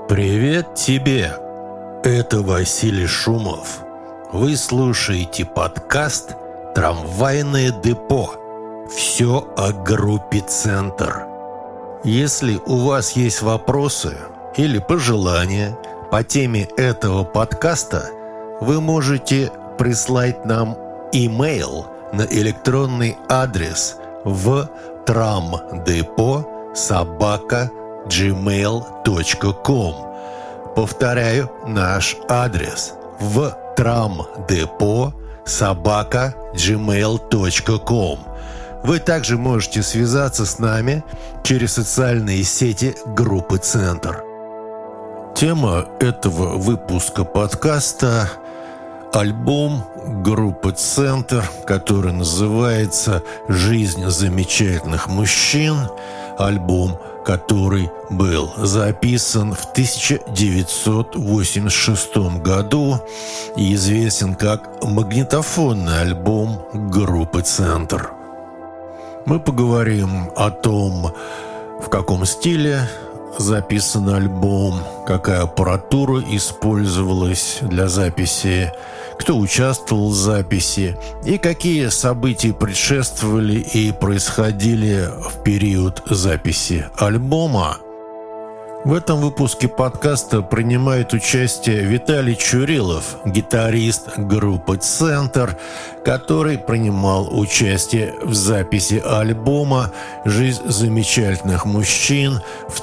Привет тебе! Это Василий Шумов. Вы слушаете подкаст «Трамвайное депо». Все о группе «Центр». Если у вас есть вопросы или пожелания по теме этого подкаста, вы можете прислать нам имейл на электронный адрес в tramdepo@gmail.com. Повторяю наш адрес в tramdepo@gmail.com. Вы также можете связаться с нами через социальные сети группы «Центр». Тема этого выпуска подкаста – альбом группы «Центр», который называется «Жизнь замечательных мужчин», альбом, который был записан в 1986 году и известен как магнитофонный альбом группы «Центр». Мы поговорим о том, в каком стиле записан альбом, какая аппаратура использовалась для записи, кто участвовал в записи и какие события предшествовали и происходили в период записи альбома. В этом выпуске подкаста принимает участие Виталий Чурилов, гитарист группы «Центр», который принимал участие в записи альбома «Жизнь замечательных мужчин» в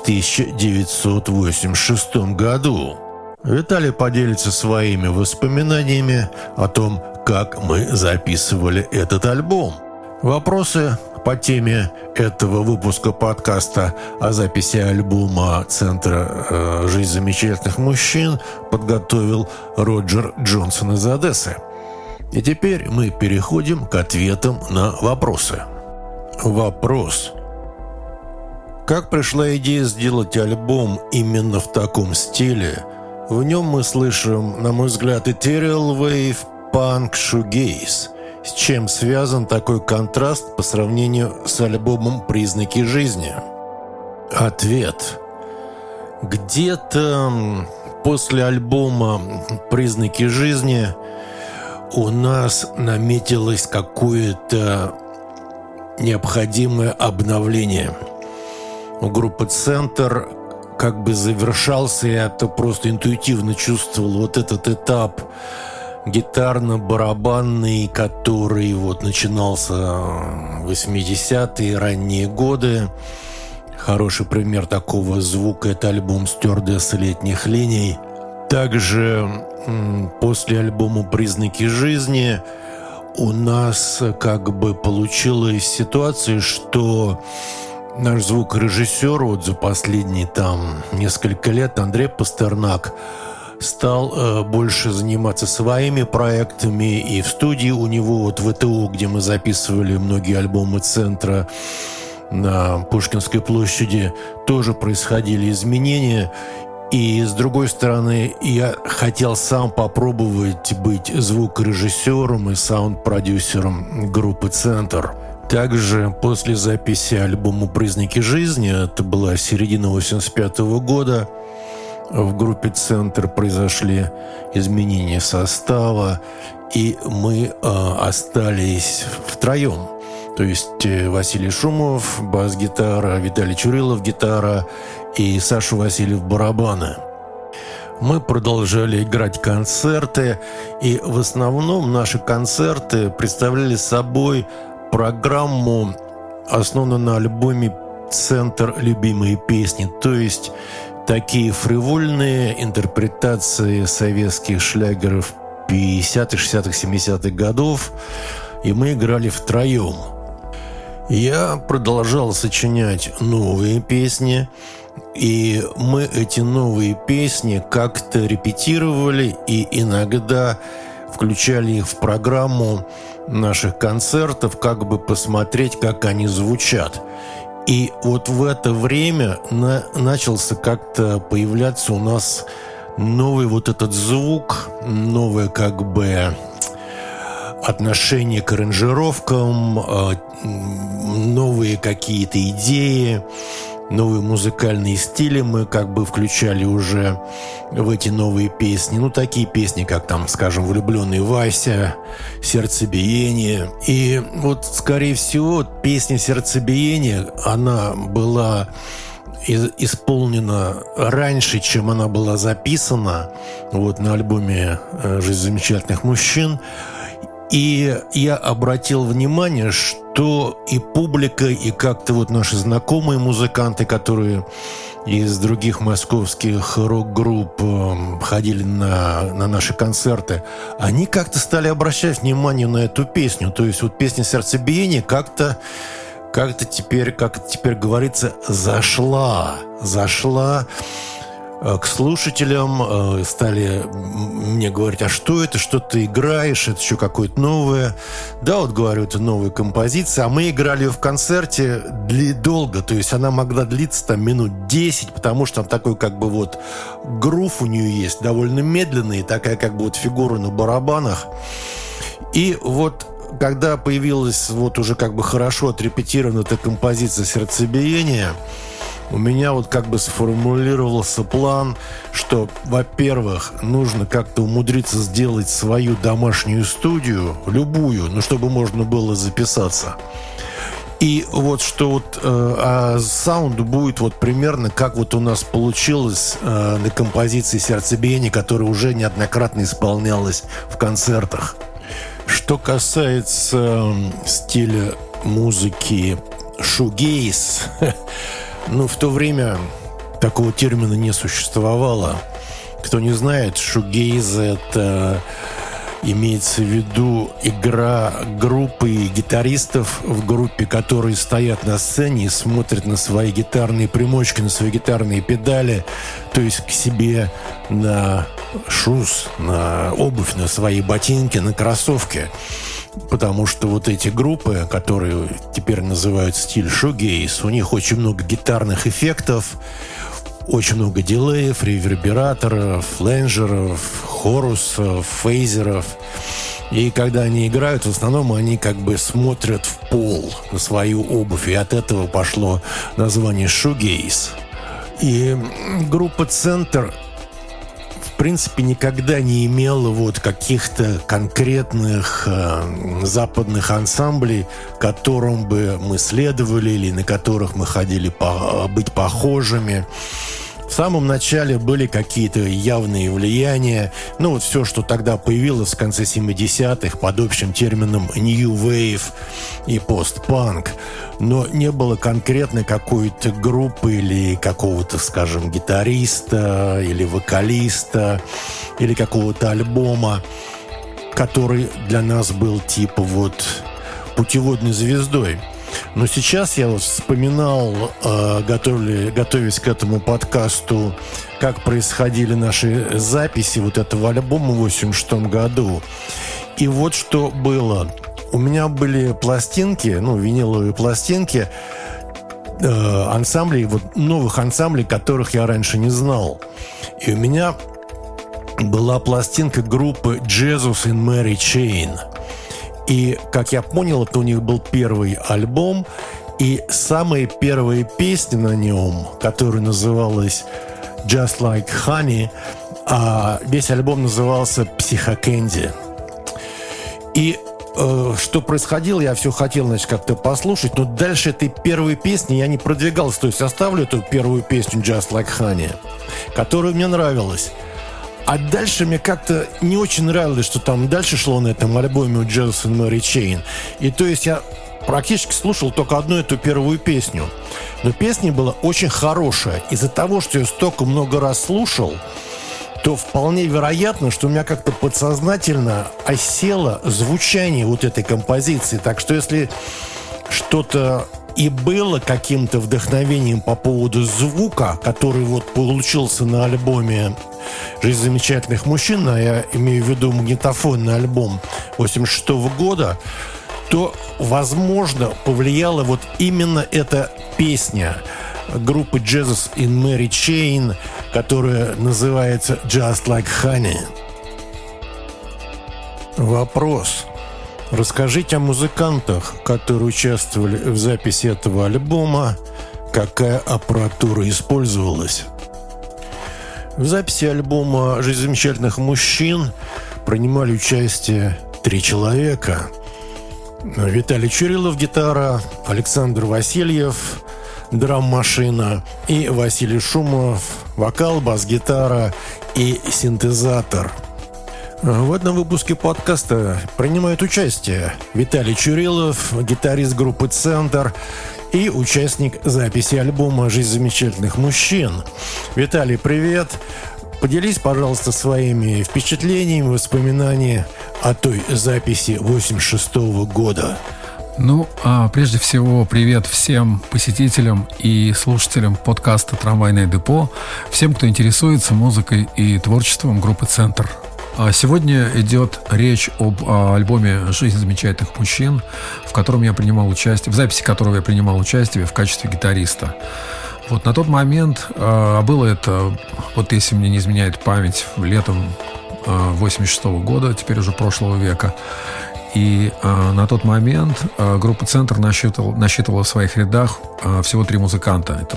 1986 году. Виталий поделится своими воспоминаниями о том, как мы записывали этот альбом. Вопросы по теме этого выпуска подкаста о записи альбома «Центра. Жизнь замечательных мужчин» подготовил Роджер Джонсон из Одессы. И теперь мы переходим к ответам на вопросы. Вопрос. Как пришла идея сделать альбом именно в таком стиле? В нем мы слышим, на мой взгляд, ethereal wave, панк, shoegaze. С чем связан такой контраст по сравнению с альбомом «Признаки жизни»? Ответ. Где-то после альбома «Признаки жизни» у нас наметилось какое-то необходимое обновление. У группы «Центр» как бы завершался, я это просто интуитивно чувствовал, вот этот этап гитарно-барабанный, который вот начинался в 80-е, ранние годы. Хороший пример такого звука – это альбом «Стюардесса летних линий». Также после альбома «Признаки жизни» у нас как бы получилась ситуация, что наш звукорежиссер вот за последние несколько лет, Андрей Пастернак, стал больше заниматься своими проектами, и в студии у него, вот в ВТО, где мы записывали многие альбомы «Центра» на Пушкинской площади, тоже происходили изменения. И, с другой стороны, я хотел сам попробовать быть звукорежиссером и саунд-продюсером группы «Центр». Также после записи альбома «Признаки жизни», это была середина 1985 года, в группе «Центр» произошли изменения состава, и мы остались втроем. То есть Василий Шумов, бас-гитара, Виталий Чурилов, гитара и Саша Васильев, барабаны. Мы продолжали играть концерты, и в основном наши концерты представляли собой программу, основанную на альбоме «Центр. Любимые песни», то есть такие фривольные интерпретации советских шлягеров 50-х, 60-х, 70-х годов, и мы играли втроем. Я продолжал сочинять новые песни, и мы эти новые песни как-то репетировали и иногда включали их в программу наших концертов, как бы посмотреть, как они звучат. И вот в это время начался как-то появляться у нас новый вот этот звук, новое как бы отношение к аранжировкам, новые какие-то идеи. новые музыкальные стили мы как бы включали уже в эти новые песни. Ну, такие песни, как там, скажем, «Влюбленный Вася», «Сердцебиение». И вот, скорее всего, песня «Сердцебиение», она была исполнена раньше, чем она была записана вот на альбоме «Жизнь замечательных мужчин». И я обратил внимание, что и публика, и как-то вот наши знакомые музыканты, которые из других московских рок-групп ходили на наши концерты, они как-то стали обращать внимание на эту песню. То есть вот песня «Сердцебиение» как-то теперь, как теперь говорится, зашла к слушателям, стали мне говорить: а что это, что ты играешь, это что, какое-то новое? Да, вот говорю, это новая композиция, а мы играли ее в концерте долго, то есть она могла длиться там минут 10, потому что там такой как бы вот грув у нее есть, довольно медленный, такая как бы вот фигура на барабанах. И вот когда появилась вот уже как бы хорошо отрепетирована эта композиция «Сердцебиение», у меня вот как бы сформулировался план, что, во-первых, нужно как-то умудриться сделать свою домашнюю студию, любую, ну, чтобы можно было записаться. И вот что вот саунд будет вот примерно как вот у нас получилось на композиции «Сердцебиение», которая уже неоднократно исполнялась в концертах. Что касается стиля музыки шугейз, ну, в то время такого термина не существовало. Кто не знает, шугейз — это имеется в виду игра группы и гитаристов в группе, которые стоят на сцене и смотрят на свои гитарные примочки, на свои гитарные педали, то есть к себе на шуз, на обувь, на свои ботинки, на кроссовки. Потому что вот эти группы, которые теперь называют стиль шугейз, у них очень много гитарных эффектов, очень много дилеев, ревербераторов, фленджеров, хорусов, фейзеров. И когда они играют, в основном они как бы смотрят в пол на свою обувь. И от этого пошло название шугейз. И группа «Центр» в принципе никогда не имела вот каких-то конкретных западных ансамблей, которым бы мы следовали или на которых мы хотели быть похожими. В самом начале были какие-то явные влияния. Ну, вот все, что тогда появилось в конце 70-х под общим термином New Wave и постпанк. Но не было конкретно какой-то группы или какого-то, скажем, гитариста или вокалиста или какого-то альбома, который для нас был типа вот путеводной звездой. Но сейчас я вот вспоминал, готовясь к этому подкасту, как происходили наши записи вот этого альбома в 1986 году. И вот что было. У меня были пластинки, ну, виниловые пластинки, ансамблей, вот новых ансамблей, которых я раньше не знал. И у меня была пластинка группы Jesus and Mary Chain. И, как я понял, это у них был первый альбом, и самая первая песня на нем, которая называлась «Just Like Honey», а весь альбом назывался «Психокэнди». И что происходило, я все хотел, значит, как-то послушать, но дальше этой первой песни я не продвигался, то есть оставлю эту первую песню «Just Like Honey», которая мне нравилась. А дальше мне как-то не очень нравилось, что там дальше шло на этом альбоме у Jesus and Mary Chain. И то есть я практически слушал только одну эту первую песню. Но песня была очень хорошая. Из-за того, что я столько много раз слушал, то вполне вероятно, что у меня как-то подсознательно осело звучание вот этой композиции. Так что если что-то и было каким-то вдохновением по поводу звука, который вот получился на альбоме «Жизнь замечательных мужчин», а я имею в виду магнитофонный альбом 1986 года, то, возможно, повлияла вот именно эта песня группы Jesus and Mary Chain, которая называется «Just Like Honey». Вопрос. Расскажите о музыкантах, которые участвовали в записи этого альбома, какая аппаратура использовалась. В записи альбома «Жизнь замечательных мужчин» принимали участие 3 человека. Виталий Чурилов – гитара, Александр Васильев – драм-машина и Василий Шумов – вокал, бас-гитара и синтезатор. В этом выпуске подкаста принимают участие Виталий Чурилов, гитарист группы «Центр» и участник записи альбома «Жизнь замечательных мужчин». Виталий, привет! Поделись, пожалуйста, своими впечатлениями, воспоминаниями о той записи 1986 года. Прежде всего, привет всем посетителям и слушателям подкаста «Трамвайное депо», всем, кто интересуется музыкой и творчеством группы «Центр». Сегодня идет речь об альбоме «Жизнь замечательных мужчин», в записи которого я принимал участие в качестве гитариста. На тот момент было это, если мне не изменяет память, летом 1986 года, теперь уже прошлого века. И на тот момент группа «Центр» насчитывала в своих рядах всего 3 музыканта. Это,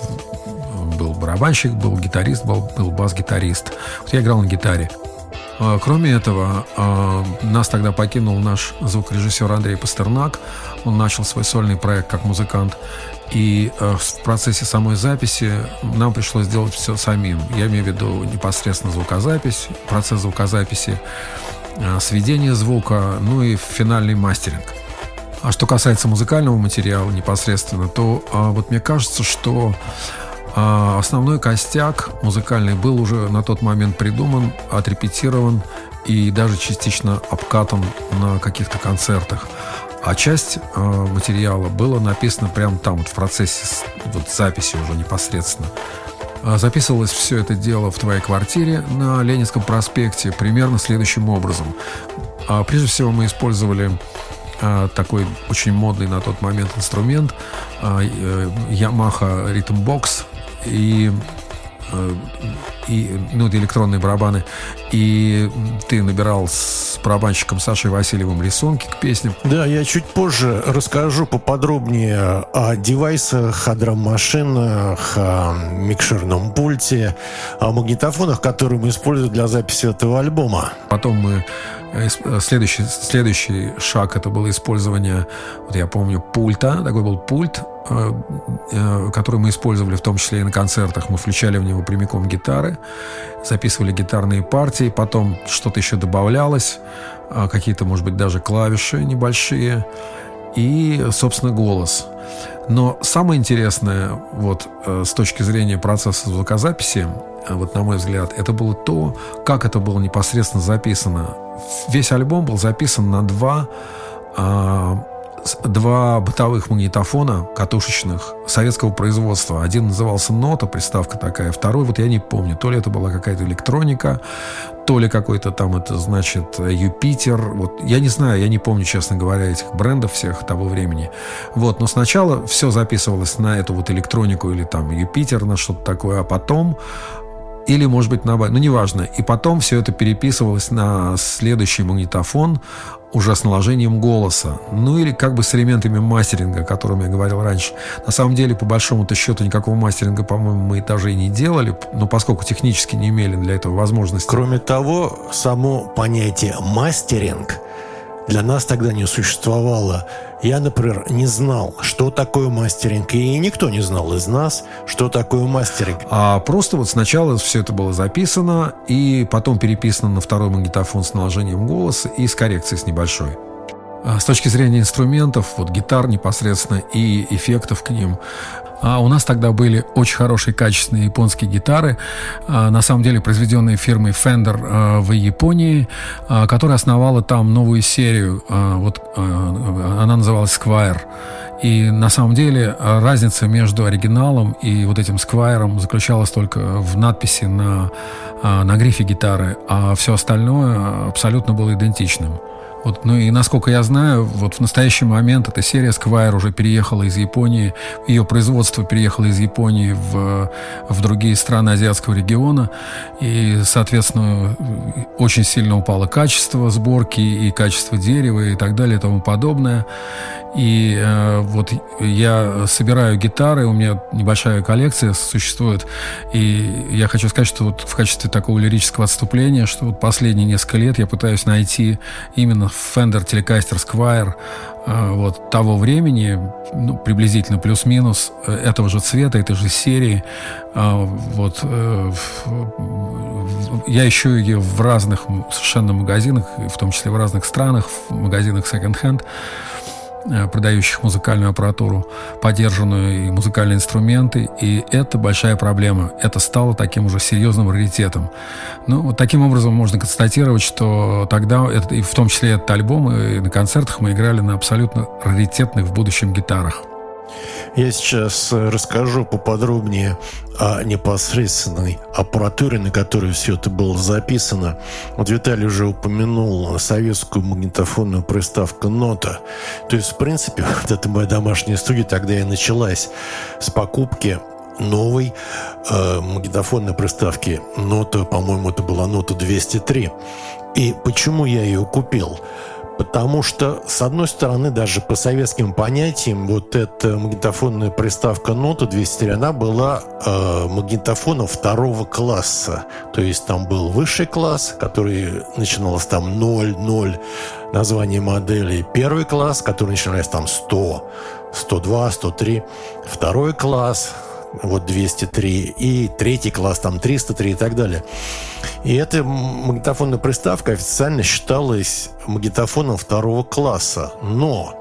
был барабанщик, был гитарист, был бас-гитарист. Я играл на гитаре. Кроме этого, нас тогда покинул наш звукорежиссер Андрей Пастернак. Он начал свой сольный проект как музыкант. И в процессе самой записи нам пришлось делать все самим. Я имею в виду непосредственно звукозапись, процесс звукозаписи, сведение звука, и финальный мастеринг. А что касается музыкального материала непосредственно, то мне кажется, что основной костяк музыкальный был уже на тот момент придуман, отрепетирован и даже частично обкатан на каких-то концертах. А часть материала была написана прямо там, в процессе записи уже непосредственно. Записывалось все это дело в твоей квартире на Ленинском проспекте примерно следующим образом. Прежде всего мы использовали такой очень модный на тот момент инструмент Yamaha Rhythm Box и электронные барабаны. И ты набирал с барабанщиком Сашей Васильевым рисунки к песням. Да, я чуть позже расскажу поподробнее о девайсах, о драм-машинах, о микшерном пульте, о магнитофонах, которые мы используем для записи этого альбома. Потом следующий шаг — это было использование, я помню, пульта. Такой был пульт, который мы использовали в том числе и на концертах. Мы включали в него прямиком гитары, записывали гитарные партии, потом что-то еще добавлялось, какие-то, может быть, даже клавиши небольшие и, собственно, голос. Но самое интересное с точки зрения процесса звукозаписи, на мой взгляд, это было то, как это было непосредственно записано. Весь альбом был записан на два бытовых магнитофона катушечных советского производства. Один назывался «Нота», приставка такая. Второй, я не помню, то ли это была какая-то электроника, то ли какой-то там, «Юпитер». Я не знаю, я не помню, честно говоря, этих брендов всех того времени. Но сначала все записывалось на эту электронику или там «Юпитер», на что-то такое, а потом... Или, может быть, неважно. И потом все это переписывалось на следующий магнитофон уже с наложением голоса. Или с элементами мастеринга, о котором я говорил раньше. На самом деле, по большому-то счету, никакого мастеринга, по-моему, мы даже и не делали, но поскольку технически не имели для этого возможности. Кроме того, само понятие «мастеринг» для нас тогда не существовало. Я, например, не знал, что такое мастеринг, и никто не знал из нас, что такое мастеринг. А просто сначала все это было записано, и потом переписано на второй магнитофон с наложением голоса и с коррекцией с небольшой. С точки зрения инструментов, гитар непосредственно и эффектов к ним, у нас тогда были очень хорошие, качественные японские гитары, на самом деле произведенные фирмой Fender в Японии, которая основала там новую серию. Она называлась Squire. И на самом деле разница между оригиналом и этим Squire заключалась только в надписи на грифе гитары, а все остальное абсолютно было идентичным. Вот, ну и насколько я знаю, вот в настоящий момент эта серия Squire уже переехала из Японии, ее производство переехало из Японии в другие страны азиатского региона, и, соответственно, очень сильно упало качество сборки и качество дерева и так далее и тому подобное. И вот я собираю гитары, у меня небольшая коллекция существует, и я хочу сказать, что вот в качестве такого лирического отступления, что вот последние несколько лет я пытаюсь найти именно Fender Telecaster Squire вот того времени, ну, приблизительно плюс-минус, этого же цвета, этой же серии. Вот я ищу ее в разных совершенно магазинах, в том числе в разных странах, в магазинах секонд-хенд, продающих музыкальную аппаратуру, подержанную и музыкальные инструменты, и это большая проблема. Это стало таким уже серьезным раритетом. Ну, вот таким образом можно констатировать, что тогда, и в том числе этот альбом, и на концертах мы играли на абсолютно раритетных в будущем гитарах. Я сейчас расскажу поподробнее о непосредственной аппаратуре, на которой все это было записано. Вот Виталий уже упомянул советскую магнитофонную приставку «Нота». То есть, в принципе, вот эта моя домашняя студия тогда и началась с покупки новой магнитофонной приставки «Нота». По-моему, это была «Нота 203». И почему я ее купил? Потому что, с одной стороны, даже по советским понятиям, вот эта магнитофонная приставка «Нота 203», она была магнитофоном второго класса. То есть там был высший класс, который начинался там 0, название модели. Первый класс, который начинался там 100, 102, 103. Второй класс, вот 203, и третий класс, там 303 и так далее. И эта магнитофонная приставка официально считалась магнитофоном второго класса. Но,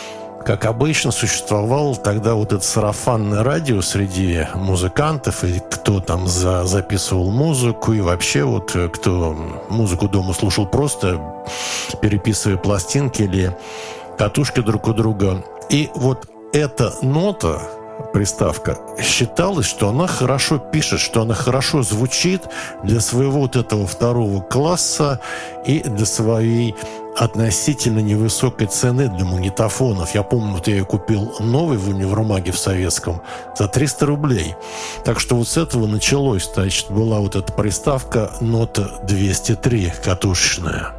как обычно, существовало тогда вот это сарафанное радио среди музыкантов, и кто там записывал музыку, и вообще вот кто музыку дома слушал просто, переписывая пластинки или катушки друг у друга. И вот эта нота, приставка, считалось, что она хорошо пишет, что она хорошо звучит для своего вот этого второго класса и для своей относительно невысокой цены для магнитофонов. Я помню, вот я ее купил новый в универмаге в советском за 300 рублей. Так что вот с этого началось. Значит, была вот эта приставка «Нота 203» катушечная.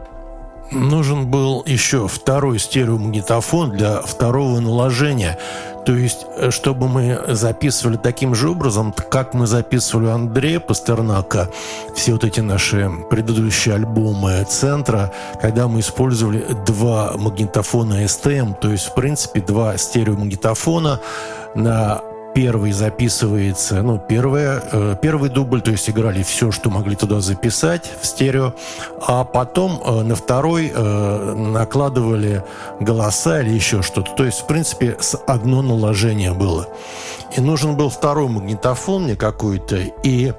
Нужен был еще второй стереомагнитофон для второго наложения. То есть, чтобы мы записывали таким же образом, как мы записывали Андрея Пастернака, все вот эти наши предыдущие альбомы «Центра», когда мы использовали два магнитофона STM, то есть, в принципе, два стереомагнитофона. На первый записывается, первый дубль, то есть играли все, что могли туда записать в стерео, а потом на второй накладывали голоса или еще что-то. То есть, в принципе, одно наложение было. И нужен был второй магнитофон мне какой-то, и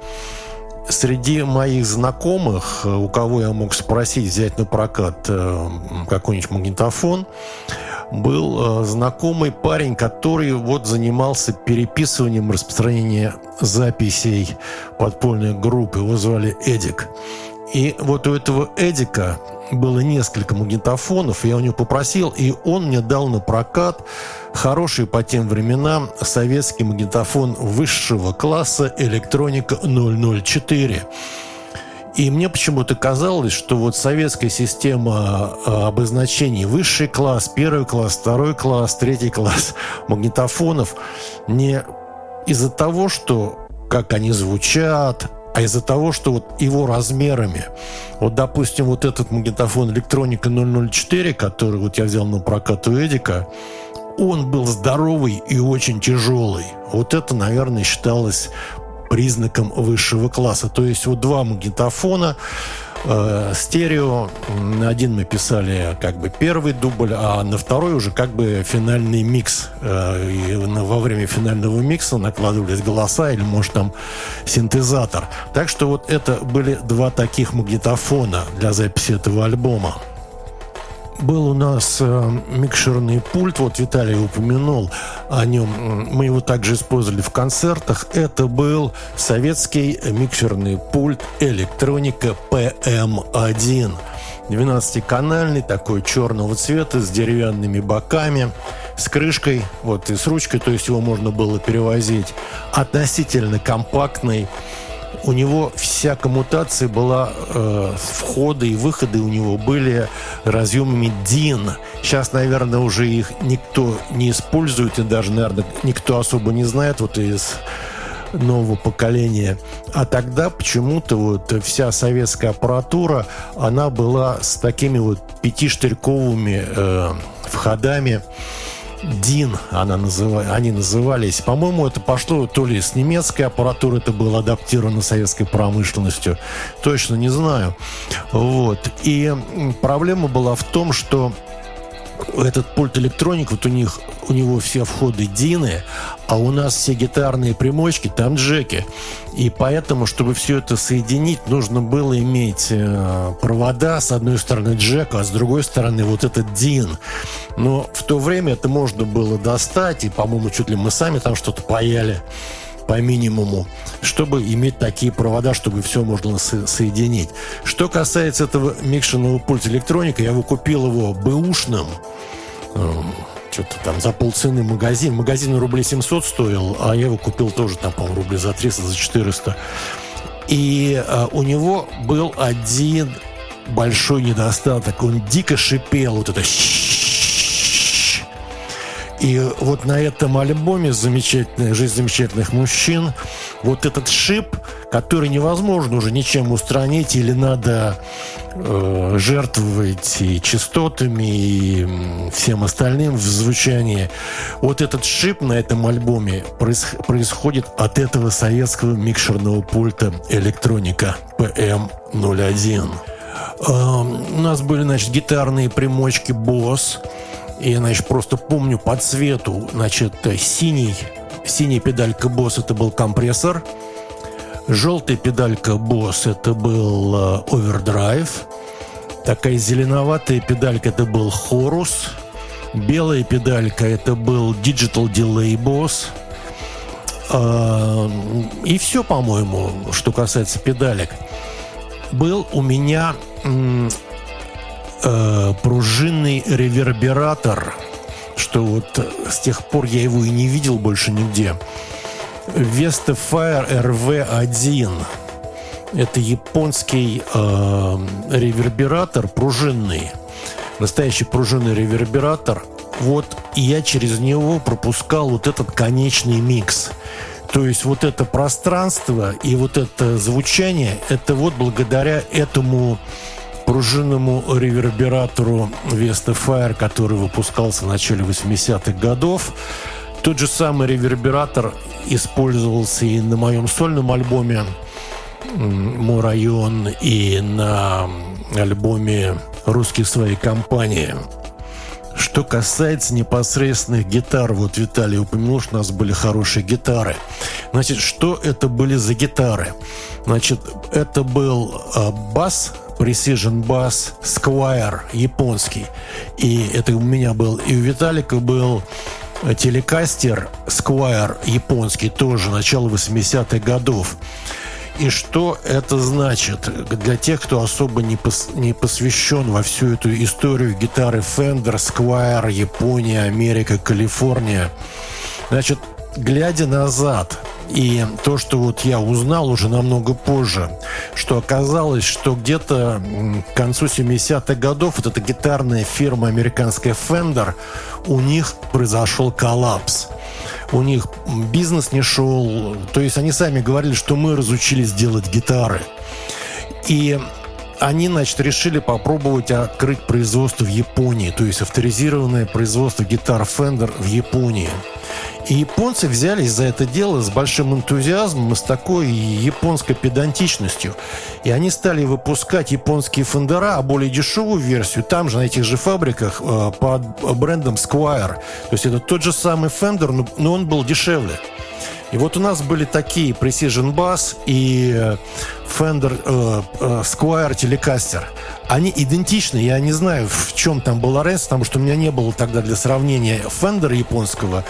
среди моих знакомых, у кого я мог спросить взять на прокат какой-нибудь магнитофон, был знакомый парень, который вот занимался переписыванием, распространением записей подпольной группы. Его звали Эдик. И вот у этого Эдика было несколько магнитофонов, я у него попросил, и он мне дал на прокат хороший по тем временам советский магнитофон высшего класса «Электроника 004». И мне почему-то казалось, что вот советская система обозначений высший класс, первый класс, второй класс, третий класс магнитофонов не из-за того, что как они звучат, а из-за того, что вот его размерами. Вот, допустим, вот этот магнитофон «Электроника 004», который вот я взял на прокат у Эдика, он был здоровый и очень тяжелый. Вот это, наверное, считалось признаком высшего класса. То есть вот два магнитофона стерео. На один мы писали как бы первый дубль, а на второй уже как бы финальный микс. И во время финального микса накладывались голоса или, может, там синтезатор. Так что вот это были два таких магнитофона для записи этого альбома. Был у нас микшерный пульт, вот Виталий упомянул о нем, мы его также использовали в концертах. Это был советский микшерный пульт «Электроника PM1». 12-канальный, такой черного цвета, с деревянными боками, с крышкой, вот, и с ручкой, то есть его можно было перевозить. Относительно компактный. У него вся коммутация была, входы и выходы у него были разъемами DIN. Сейчас, наверное, уже их никто не использует, и даже, наверное, никто особо не знает вот из нового поколения. А тогда почему-то вот вся советская аппаратура, она была с такими вот 5-штырьковыми входами. DIN они назывались. По-моему, это пошло то ли с немецкой аппаратуры, это было адаптировано советской промышленностью. Точно не знаю. Вот. И проблема была в том, что этот пульт электроник, вот у него все входы DIN, а у нас все гитарные примочки, там джеки. И поэтому, чтобы все это соединить, нужно было иметь провода, с одной стороны джек, а с другой стороны вот этот DIN. Но в то время это можно было достать, и, по-моему, чуть ли мы сами там что-то паяли по минимуму, чтобы иметь такие провода, чтобы все можно соединить. Что касается этого микшерного пульта электроника, я его купил его бэушным, что-то там за полцены магазин. Магазин рублей 700 стоил, а я его купил тоже там, по-моему, рублей за 300, за 400. И у него был один большой недостаток. Он дико шипел, вот это. И вот на этом альбоме «Жизнь замечательных мужчин» вот этот шип, который невозможно уже ничем устранить, или надо жертвовать и частотами, и всем остальным в звучании. Вот этот шип на этом альбоме происходит от этого советского микшерного пульта электроника PM01. У нас были, значит, гитарные примочки Boss. И я, значит, просто помню по цвету, значит, синяя педалька Boss — это был компрессор, желтая педалька Boss — это был Overdrive, такая зеленоватая педалька — это был Chorus, белая педалька — это был Digital Delay Boss. И все, по-моему, что касается педалек. Был у меня пружинный ревербератор, что вот с тех пор я его и не видел больше нигде. Vestafire RV1. Это японский ревербератор пружинный. Настоящий пружинный ревербератор. Вот, и я через него пропускал вот этот конечный микс. То есть вот это пространство и вот это звучание, это вот благодаря этому пружинному ревербератору Vestafire, который выпускался в начале 80-х годов. Тот же самый ревербератор использовался и на моем сольном альбоме «Мой район», и на альбоме «Русские своей компании». Что касается непосредственных гитар, вот Виталий упомянул, что у нас были хорошие гитары. Значит, что это были за гитары? Значит, это был бас, Precision Bass Squire японский. И это у меня был, и у Виталика был Telecaster Squire японский, тоже начало 80-х годов. И что это значит для тех, кто особо не посвящен во всю эту историю гитары Fender, Squire, Япония, Америка, Калифорния? Значит, глядя назад, и то, что вот я узнал уже намного позже, что оказалось, что где-то к концу 70-х годов вот эта гитарная фирма американская Fender, у них произошел коллапс. У них бизнес не шел. То есть они сами говорили, что мы разучились делать гитары. И они, значит, решили попробовать открыть производство в Японии. То есть авторизированное производство гитар Fender в Японии. И японцы взялись за это дело с большим энтузиазмом и с такой японской педантичностью. И они стали выпускать японские фендера, а более дешевую версию, там же, на этих же фабриках, под брендом Squire. То есть это тот же самый Fender, но он был дешевле. И вот у нас были такие Precision Bass и Fender Squire Telecaster. Они идентичны. Я не знаю, в чем там была разница, потому что у меня не было тогда для сравнения Fender японского,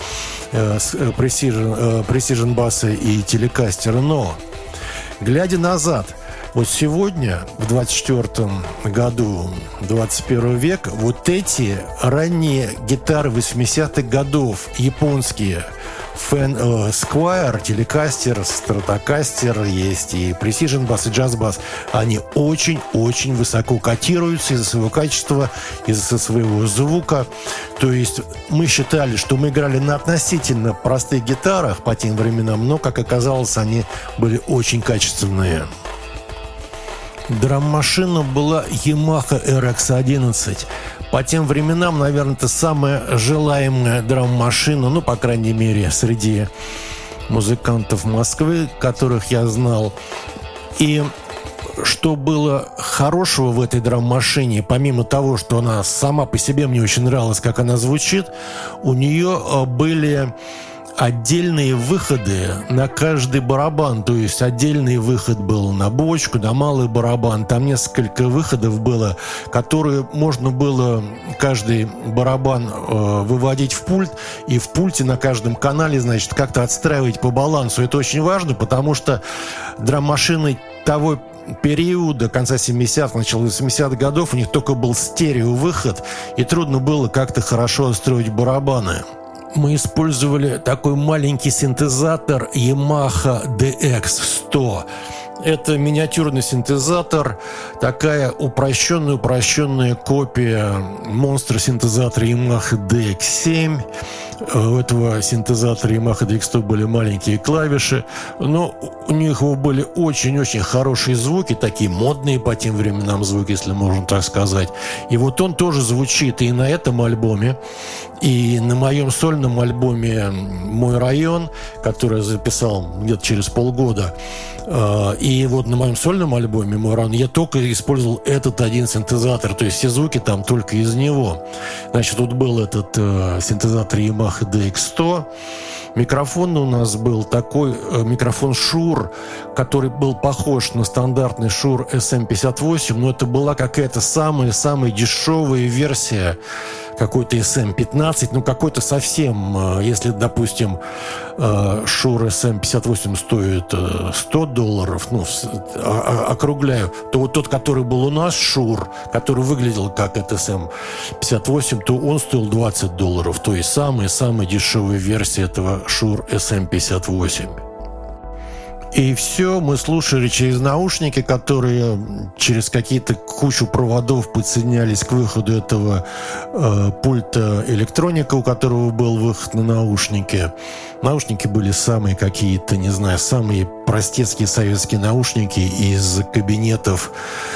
Precision Bass и Telecaster. Но, глядя назад, Вот сегодня, в 24 году 21 века, вот эти ранние гитары 80-х годов, японские, Squire, Telecaster, Stratocaster, есть и Precision Bass, и Jazz Bass, они очень-очень высоко котируются из-за своего качества, из-за своего звука. То есть мы считали, что мы играли на относительно простых гитарах по тем временам, но, как оказалось, они были очень качественные. Драм-машина была Yamaha RX-11. По тем временам, наверное, это самая желаемая драм-машина, ну, по крайней мере, среди музыкантов Москвы, которых я знал. И что было хорошего в этой драм-машине, помимо того, что она сама по себе мне очень нравилась, как она звучит, у нее были отдельные выходы на каждый барабан. То есть отдельный выход был на бочку, на малый барабан. Там несколько выходов было, которые можно было каждый барабан выводить в пульт. И в пульте на каждом канале, значит, как-то отстраивать по балансу. Это очень важно, потому что драм-машины того периода, конца 70-х, начала 80-х годов, у них только был стереовыход, и трудно было как-то хорошо отстроить барабаны. Мы использовали такой маленький синтезатор Yamaha DX100. Это миниатюрный синтезатор, такая упрощенная копия монстра-синтезатора Yamaha DX7. У этого синтезатора Yamaha DX100 были маленькие клавиши, но у них были очень-очень хорошие звуки, такие модные по тем временам звуки, если можно так сказать. И вот он тоже звучит и на этом альбоме, и на моем сольном альбоме «Мой район», который я записал где-то через полгода. И вот на моем сольном альбоме «Мой район» я только использовал этот один синтезатор, то есть все звуки там только из него. Значит, тут был этот синтезатор Yamaha DX100. Микрофон у нас был такой микрофон Shure, который был похож на стандартный Shure SM58, но это была какая-то самая дешевая версия какой-то SM15, ну какой-то совсем, если, допустим, Shure SM58 стоит $100, ну, округляю, то вот тот, который был у нас, Shure, который выглядел как это SM58, то он стоил $20, то есть самая дешевая версия этого Shure SM58. И все мы слушали через наушники, которые через какие-то кучу проводов подсоединялись к выходу этого пульта электроника, у которого был выход на наушники. Наушники были самые какие-то, не знаю, самые простецкие советские наушники из кабинетов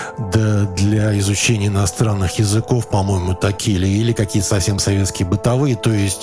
для изучения иностранных языков, по-моему, такие, или какие-то совсем советские бытовые, то есть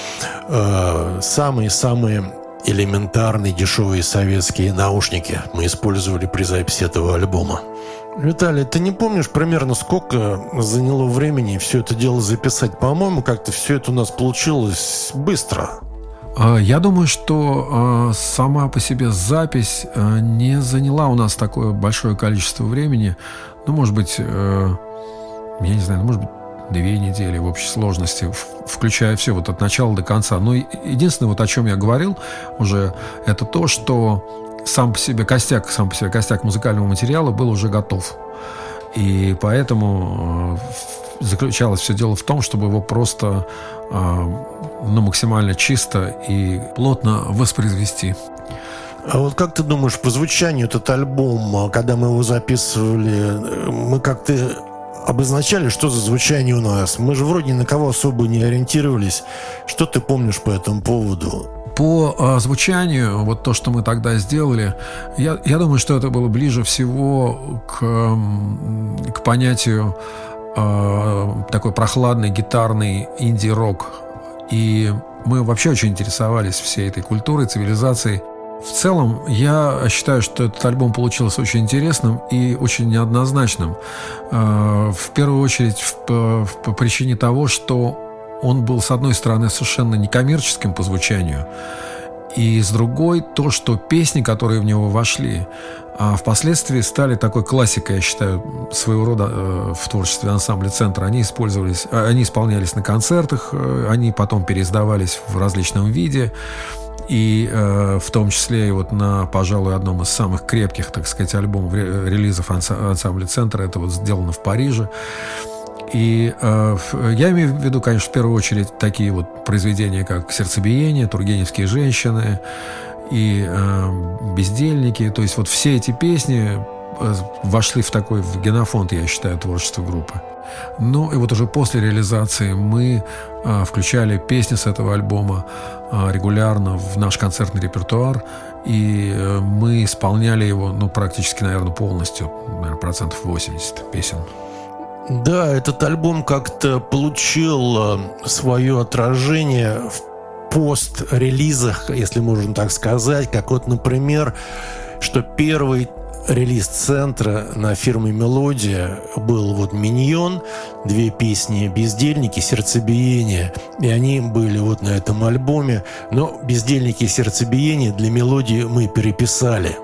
самые элементарные дешевые советские наушники мы использовали при записи этого альбома. Виталий, ты не помнишь примерно сколько заняло времени все это дело записать? По-моему, как-то все это у нас получилось быстро. Я думаю, что сама по себе запись не заняла у нас такое большое количество времени. Ну, может быть, я не знаю, может быть, 2 недели в общей сложности, включая все вот от начала до конца. Но единственное, вот о чем я говорил уже, это то, что сам по себе костяк музыкального материала был уже готов. И поэтому заключалось все дело в том, чтобы его просто максимально чисто и плотно воспроизвести. А вот как ты думаешь, по звучанию этот альбом, когда мы его записывали, мы как-то обозначали, что за звучание у нас? Мы же вроде ни на кого особо не ориентировались. Что ты помнишь по этому поводу? По звучанию, вот то, что мы тогда сделали, я думаю, что это было ближе всего к понятию такой прохладный гитарный инди-рок. И мы вообще очень интересовались всей этой культурой, цивилизацией. В целом, я считаю, что этот альбом получился очень интересным и очень неоднозначным. В первую очередь, по причине того, что он был, с одной стороны, совершенно некоммерческим по звучанию, и с другой, то, что песни, которые в него вошли, впоследствии стали такой классикой, я считаю, своего рода в творчестве ансамбля «Центр». Они исполнялись на концертах, они потом переиздавались в различном виде. И в том числе и вот на, пожалуй, одном из самых крепких, так сказать, альбомов, релизов ансамбля «Центр», это вот сделано в Париже. И я имею в виду, конечно, в первую очередь такие вот произведения, как «Сердцебиение», «Тургеневские женщины» и «Бездельники». То есть вот все эти песни вошли в такой в генофонд, я считаю, творчества группы. Ну и вот уже после реализации мы включали песни с этого альбома регулярно в наш концертный репертуар, и мы исполняли его, ну, практически, наверное, полностью, наверное, 80% песен. Да, этот альбом как-то получил свое отражение в пост-релизах, если можно так сказать, как вот, например, что первый релиз «Центра» на фирме «Мелодия» был вот «Миньон», 2 песни «Бездельники», «Сердцебиение», и они были вот на этом альбоме. Но «Бездельники» и «Сердцебиение» для «Мелодии» мы переписали.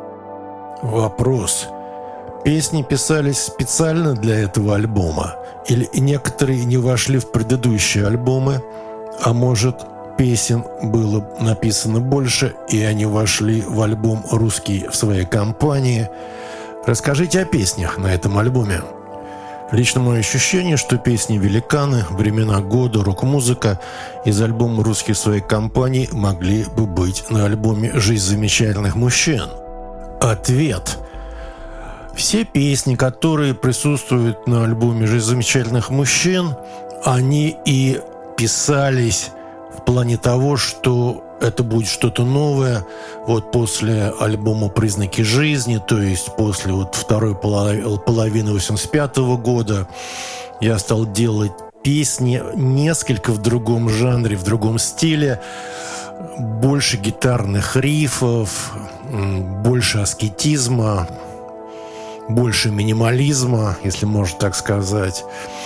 Вопрос. Песни писались специально для этого альбома? Или некоторые не вошли в предыдущие альбомы? А может, песен было написано больше, и они вошли в альбом «Русский» в своей компании? Расскажите о песнях на этом альбоме. Лично мое ощущение, что песни «Великаны», «Времена года», «Рок-музыка» из альбома «Русский» в своей компании могли бы быть на альбоме «Жизнь замечательных мужчин». Ответ. Все песни, которые присутствуют на альбоме «Жизнь замечательных мужчин», они и писались в плане того, что это будет что-то новое вот после альбома «Признаки жизни», то есть после вот второй половины 1985 года я стал делать песни несколько в другом жанре, в другом стиле, больше гитарных рифов, больше аскетизма, больше минимализма, если можно так сказать,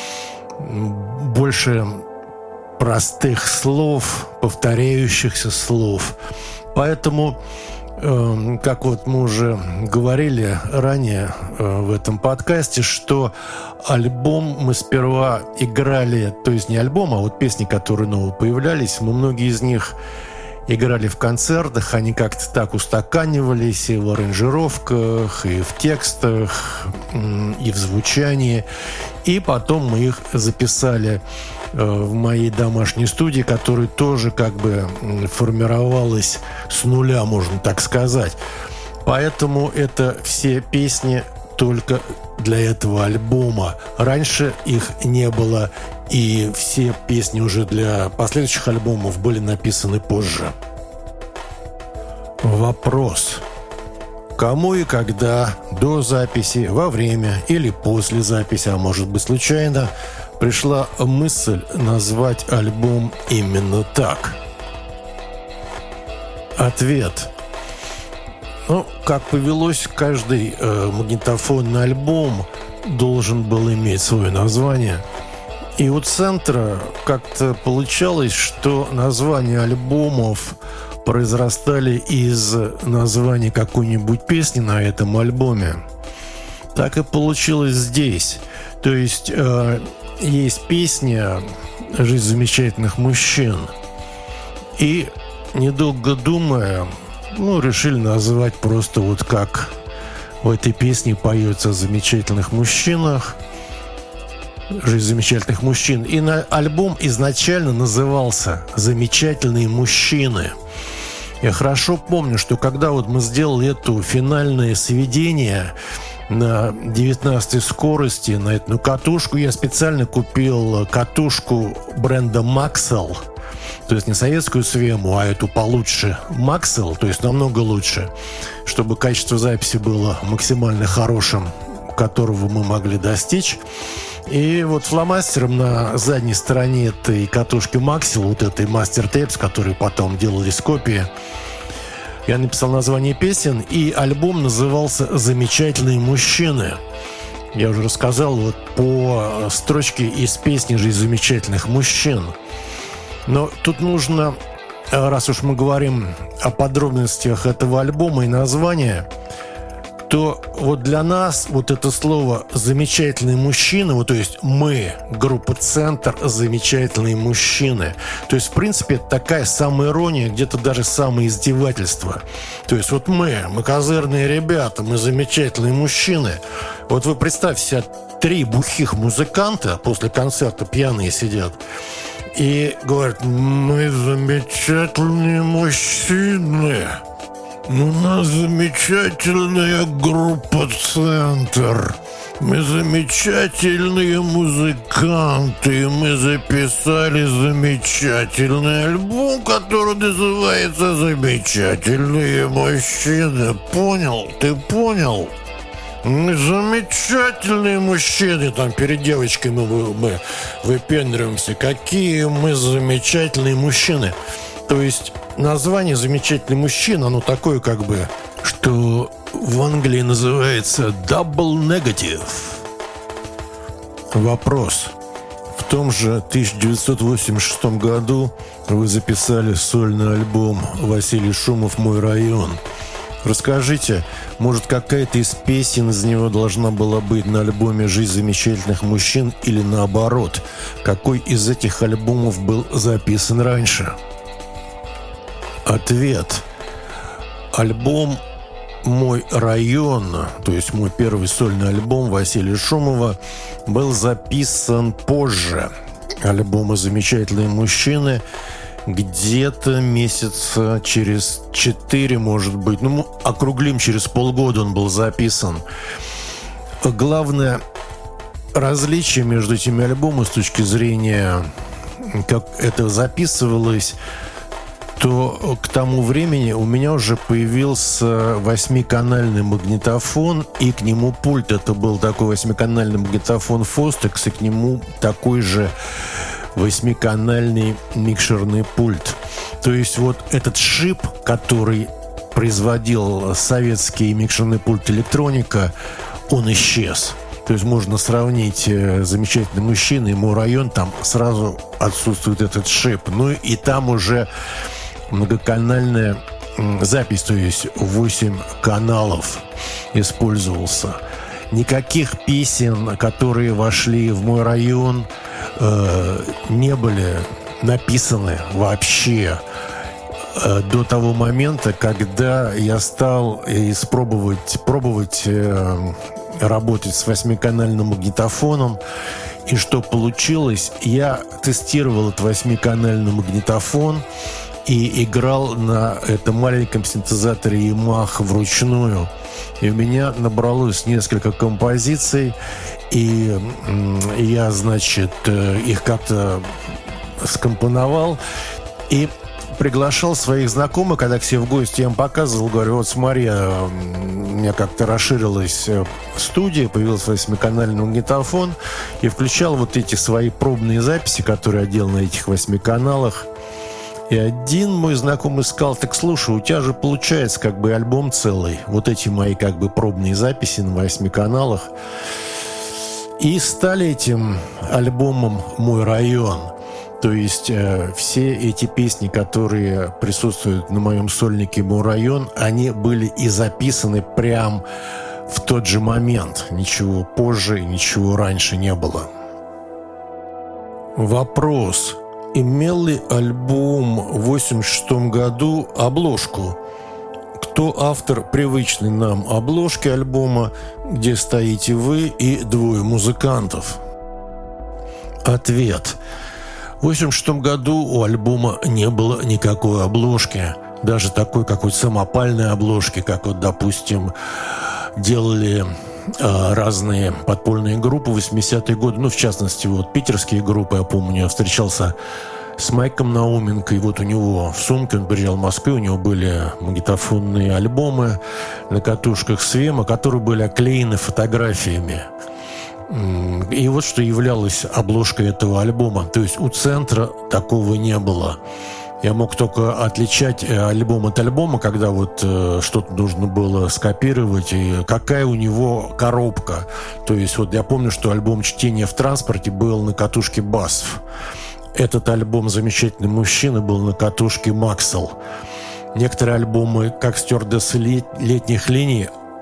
больше простых слов, повторяющихся слов. Поэтому, как вот мы уже говорили ранее в этом подкасте, что альбом мы сперва играли, то есть не альбом, а вот песни, которые новые появлялись, мы многие из них играли в концертах, они как-то так устаканивались и в аранжировках, и в текстах, и в звучании. И потом мы их записали в моей домашней студии, которая тоже как бы формировалась с нуля, можно так сказать. Поэтому это все песни только для этого альбома. Раньше их не было, и все песни уже для последующих альбомов были написаны позже. Вопрос. Кому и когда, до записи, во время или после записи, а может быть случайно, пришла мысль назвать альбом именно так? Ответ. Ну, как повелось, каждый магнитофонный альбом должен был иметь свое название. И у «Центра» как-то получалось, что названия альбомов произрастали из названия какой-нибудь песни на этом альбоме. Так и получилось здесь. То есть есть песня «Жизнь замечательных мужчин». И, недолго думая, решили назвать просто вот как в этой песне поется о замечательных мужчинах, «Жизнь замечательных мужчин». И альбом изначально назывался «Замечательные мужчины». Я хорошо помню, что когда вот мы сделали это финальное сведение на 19-й скорости, на эту катушку, я специально купил катушку бренда Maxell. То есть не советскую Свему, а эту получше Maxell, то есть намного лучше, чтобы качество записи было максимально хорошим, которого мы могли достичь. И вот фломастером на задней стороне этой катушки Maxell, вот этой Master Tapes, которые потом делались копии, я написал название песен, и альбом назывался «Замечательные мужчины». Я уже рассказал вот по строчке из песни «Жизнь замечательных мужчин». Но тут нужно, раз уж мы говорим о подробностях этого альбома и названия, то вот для нас вот это слово «замечательный мужчина», вот то есть мы, группа «Центр», замечательные мужчины. То есть, в принципе, это такая самоирония, где-то даже самоиздевательство. То есть вот мы козырные ребята, мы замечательные мужчины. Вот вы представьте себе, 3 бухих музыканта после концерта пьяные сидят и говорят: мы замечательные мужчины. У нас замечательная группа «Центр». Мы замечательные музыканты. Мы записали замечательный альбом, который называется «Замечательные мужчины». Понял? Ты понял? Мы замечательные мужчины. Там перед девочками мы выпендриваемся. Какие мы замечательные мужчины. То есть название «Замечательный мужчина», оно такое как бы, что в Англии называется «double negative». Вопрос. В том же 1986 году вы записали сольный альбом «Василий Шумов. Мой район». Расскажите, может, какая-то из песен из него должна была быть на альбоме «Жизнь замечательных мужчин» или наоборот? Какой из этих альбомов был записан раньше? Ответ. Альбом «Мой район», то есть мой первый сольный альбом Василия Шумова, был записан позже альбома «Замечательные мужчины», где-то месяца через 4, может быть. Ну, округлим, через полгода он был записан. Главное различие между этими альбомами с точки зрения, как это записывалось, то к тому времени у меня уже появился 8-канальный магнитофон, и к нему пульт. Это был такой 8-канальный магнитофон Fostex, и к нему такой же 8-канальный микшерный пульт. То есть вот этот шип, который производил советский микшерный пульт «Электроника», он исчез. То есть можно сравнить «Замечательный мужчина» и «Мой район», там сразу отсутствует этот шип. Ну и там уже многоканальная запись, то есть 8 каналов использовался. Никаких песен, которые вошли в «Мой район», не были написаны вообще до того момента, когда я стал пробовать работать с 8-канальным магнитофоном. И что получилось? Я тестировал этот 8-канальный магнитофон и играл на этом маленьком синтезаторе Yamaha вручную. И у меня набралось несколько композиций, и я, значит, их как-то скомпоновал и приглашал своих знакомых, когда к себе в гости я им показывал, говорю: вот смотри, у меня как-то расширилась студия, появился 8-канальный магнитофон, и включал вот эти свои пробные записи, которые я делал на этих 8 каналах. И один мой знакомый сказал: так слушай, у тебя же получается как бы альбом целый, вот эти мои как бы пробные записи на 8 каналах. И стали этим альбомом «Мой район». То есть все эти песни, которые присутствуют на моем сольнике «Мой район», они были и записаны прям в тот же момент. Ничего позже, ничего раньше не было. Вопрос. Имел ли альбом в 1986 году обложку? Кто автор привычной нам обложки альбома, где стоите вы и 2 музыкантов? Ответ. В 1986 году у альбома не было никакой обложки. Даже такой какой-то самопальной обложки, как вот, допустим, делали разные подпольные группы в 80-е годы. Ну, в частности, вот питерские группы, я помню, я встречался с Майком Науменко, и вот у него в сумке, он приезжал в Москву, у него были магнитофонные альбомы на катушках Свема, которые были оклеены фотографиями. И вот что являлось обложкой этого альбома. То есть у «Центра» такого не было. Я мог только отличать альбом от альбома, когда вот что-то нужно было скопировать, и какая у него коробка. То есть вот я помню, что альбом «Чтение в транспорте» был на катушке «Басф». Этот альбом «Замечательный мужчина» был на катушке «Максел». Некоторые альбомы, как «Стюардессы летних линий»,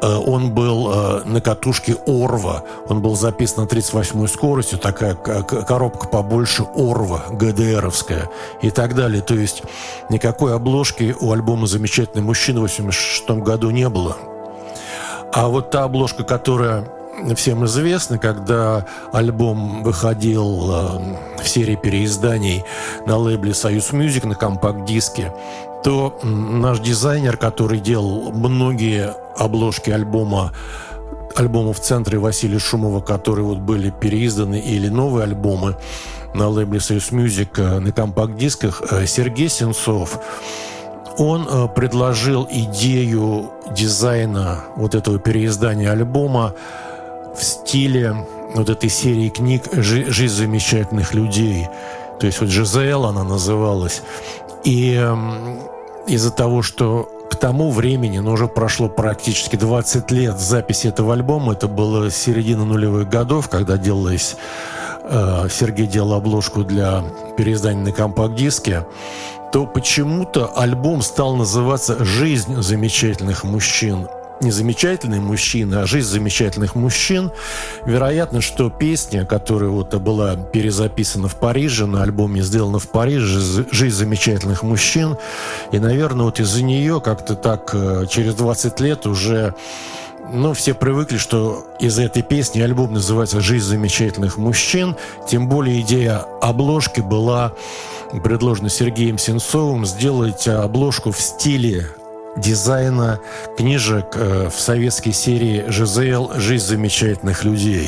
он был на катушке Орва. Он был записан на 38-й скоростью, такая коробка побольше Орва, ГДРовская и так далее. То есть никакой обложки у альбома «Замечательный мужчина» в 1986 году не было. А вот та обложка, которая всем известна, когда альбом выходил в серии переизданий на лейбле «Союз Мьюзик» на компакт-диске, то наш дизайнер, который делал многие обложки альбомов в центре Василия Шумова, которые вот были переизданы, или новые альбомы на лейбле «Союз Мьюзик» на компакт-дисках, Сергей Сенцов, он предложил идею дизайна вот этого переиздания альбома в стиле вот этой серии книг «Жизнь замечательных людей». То есть вот «Жизель» она называлась. И из-за того, что к тому времени, уже прошло практически 20 лет с записи этого альбома, это было середина нулевых годов, когда Сергей делал обложку для переиздания на компакт-диске, то почему-то альбом стал называться «Жизнь замечательных мужчин». Не замечательные мужчины, а жизнь замечательных мужчин. Вероятно, что песня, которая вот была перезаписана в Париже, на альбоме сделана в Париже, «Жизнь замечательных мужчин», и, наверное, вот из-за нее как-то так через 20 лет уже все привыкли, что из-за этой песни альбом называется «Жизнь замечательных мужчин». Тем более идея обложки была предложена Сергеем Сенцовым сделать обложку в стиле дизайна книжек в советской серии «Жизель. Жизнь замечательных людей».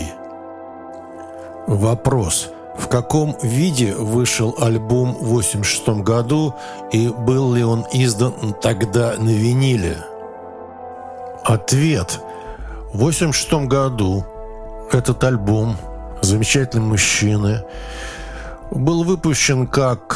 Вопрос. В каком виде вышел альбом в 1986 году и был ли он издан тогда на виниле? Ответ. В 1986 году этот альбом «Замечательные мужчины» был выпущен как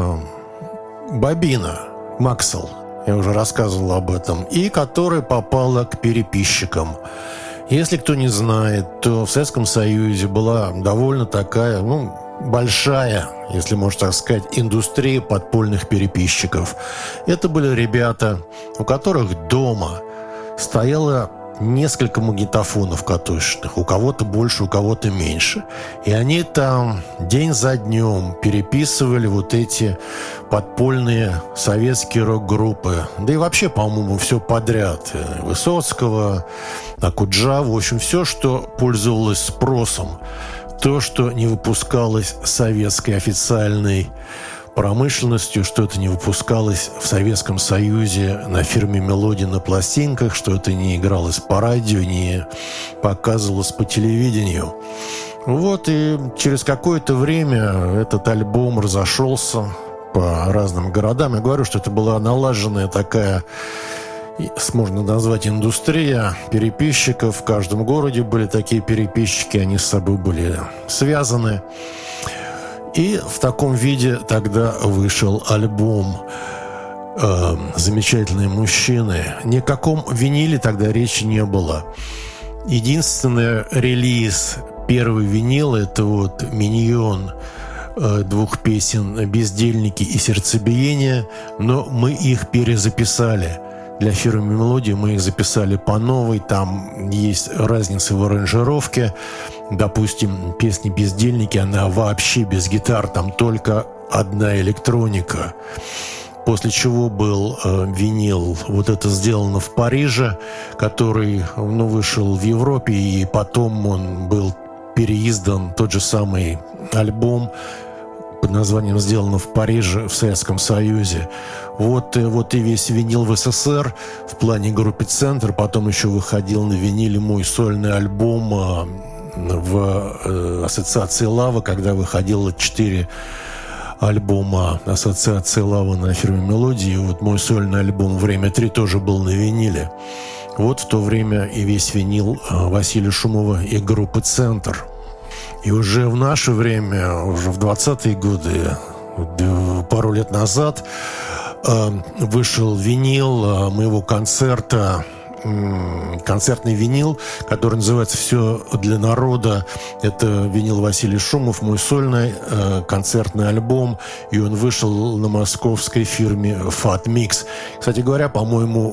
бобина «Максел». Я уже рассказывал об этом. И которая попала к переписчикам. Если кто не знает, то в Советском Союзе была довольно такая, большая, если можно так сказать, индустрия подпольных переписчиков. Это были ребята, у которых дома стояло несколько магнитофонов катушечных, у кого-то больше, у кого-то меньше. И они там день за днем переписывали вот эти подпольные советские рок-группы. Да и вообще, по-моему, все подряд. Высоцкого, Акуджава, в общем, все, что пользовалось спросом. То, что не выпускалось советской официальной промышленностью, что это не выпускалось в Советском Союзе на фирме «Мелодия» на пластинках, что это не игралось по радио, не показывалось по телевидению. Вот и через какое-то время этот альбом разошелся по разным городам. Я говорю, что это была налаженная такая, можно назвать, индустрия переписчиков. В каждом городе были такие переписчики, они с собой были связаны. И в таком виде тогда вышел альбом «Замечательные мужчины». Ни о каком виниле тогда речи не было. Единственный релиз, первый винил, это вот «Миньон», двух песен «Бездельники» и «Сердцебиение», но мы их перезаписали. Для фирмы «Мелодия» мы их записали по новой, там есть разница в аранжировке. Допустим, песня «Бездельники», она вообще без гитар, там только одна электроника. После чего был винил, вот это сделано в Париже, который вышел в Европе, и потом он был переиздан, тот же самый альбом под названием «Сделано в Париже» в Советском Союзе. Вот и весь винил в СССР в плане группы «Центр». Потом еще выходил на виниле мой сольный альбом в ассоциации «Лава», когда выходило 4 альбома ассоциации «Лава» на фирме «Мелодии». Вот мой сольный альбом «Время 3» тоже был на виниле. Вот в то время и весь винил Василия Шумова и группы «Центр». И уже в наше время, уже в 20-е годы, пару лет назад, вышел винил моего концерта, концертный винил, который называется «Все для народа». Это винил Василий Шумов, мой сольный концертный альбом, и он вышел на московской фирме «Fat Mix». Кстати говоря, по-моему,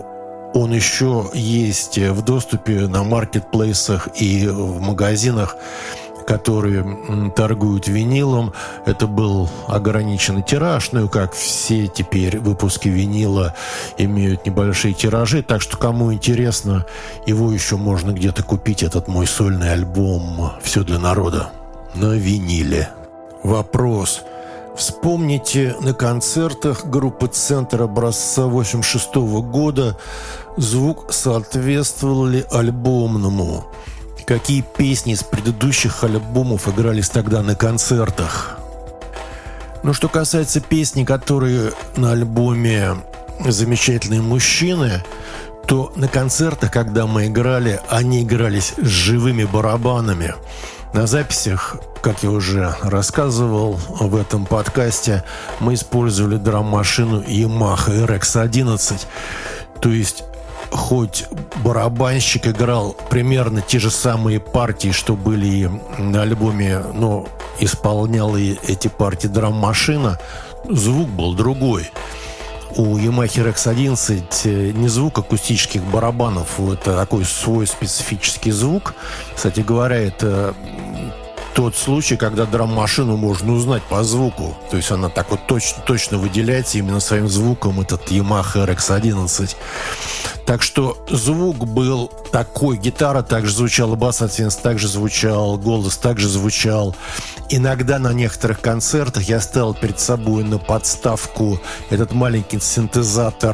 он еще есть в доступе на маркетплейсах и в магазинах, которые торгуют винилом. Это был ограниченный тираж, ну и как все теперь выпуски винила имеют небольшие тиражи, так что кому интересно, его еще можно где-то купить, этот мой сольный альбом «Все для народа» на виниле. Вопрос. Вспомните, на концертах группы «Центр» образца 1986 года звук соответствовал ли альбомному? Какие песни из предыдущих альбомов игрались тогда на концертах? Ну, что касается песни, которые на альбоме «Замечательные мужчины», то на концертах, когда мы играли, они игрались с живыми барабанами. На записях, как я уже рассказывал в этом подкасте, мы использовали драм-машину Yamaha RX-11. То есть хоть барабанщик играл примерно те же самые партии, что были на альбоме, но исполняла и эти партии драм-машина, звук был другой. У Yamaha RX-11 не звук акустических барабанов, это такой свой специфический звук. Кстати говоря, это тот случай, когда драм-машину можно узнать по звуку. То есть она так вот точно выделяется именно своим звуком, этот Yamaha RX-11. Так что звук был такой, гитара также звучала, бас, соответственно, также звучал, голос также звучал. Иногда на некоторых концертах я ставил перед собой на подставку этот маленький синтезатор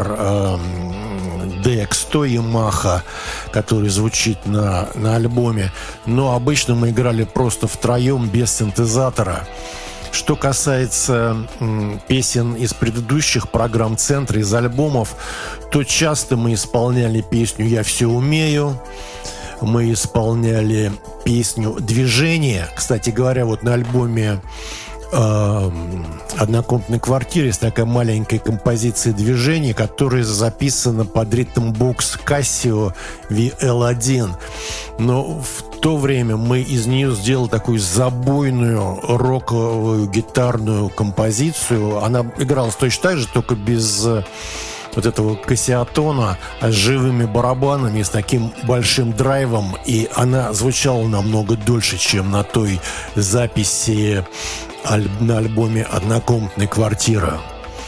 DX100 Yamaha, который звучит на альбоме. Но обычно мы играли просто втроем, без синтезатора. Что касается песен из предыдущих программ «Центра», из альбомов, то часто мы исполняли песню «Я все умею», мы исполняли песню «Движение». Кстати говоря, вот на альбоме «Однокомнатной квартире» есть такая маленькая композиция «Движение», которая записана под ритм-бокс Casio VL1. Но в то время мы из нее сделали такую забойную роковую гитарную композицию. Она игралась точно так же, только без вот этого кассиатона, а с живыми барабанами, с таким большим драйвом. И она звучала намного дольше, чем на той записи на альбоме «Однокомнатная квартира».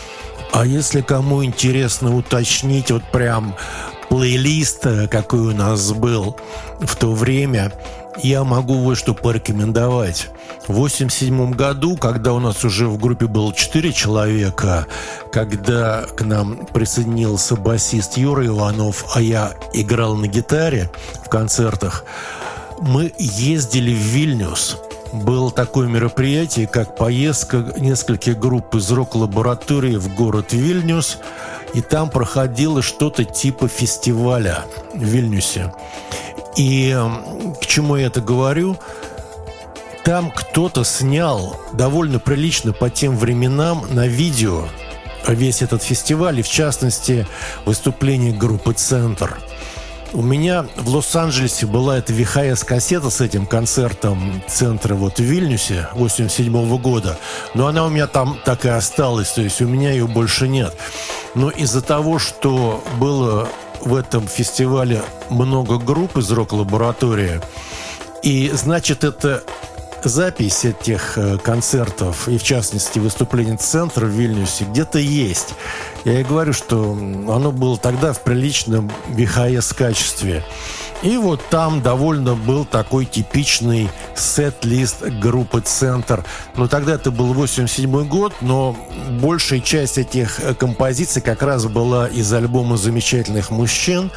А если кому интересно уточнить вот прям плейлист, какой у нас был в то время, я могу вот что порекомендовать. В 1987 году, когда у нас уже в группе было 4 человека, когда к нам присоединился басист Юра Иванов, а я играл на гитаре в концертах, мы ездили в Вильнюс. Было такое мероприятие, как поездка нескольких групп из рок-лаборатории в город Вильнюс, и там проходило что-то типа фестиваля в Вильнюсе. И к чему я это говорю? Там кто-то снял довольно прилично по тем временам на видео весь этот фестиваль, и в частности выступление группы «Центр». У меня в Лос-Анджелесе была эта VHS-кассета с этим концертом «Центра» вот в Вильнюсе 1987 года, но она у меня там так и осталась, то есть у меня ее больше нет. Но из-за того, что было в этом фестивале много групп из рок-лаборатории, и значит это запись этих концертов, и в частности выступление «Центра» в Вильнюсе, где-то есть. Я и говорю, что оно было тогда в приличном VHS-качестве. И вот там довольно был такой типичный сет-лист группы «Центр». Но тогда это был 1987 год, но большая часть этих композиций как раз была из альбома «Замечательных мужчин».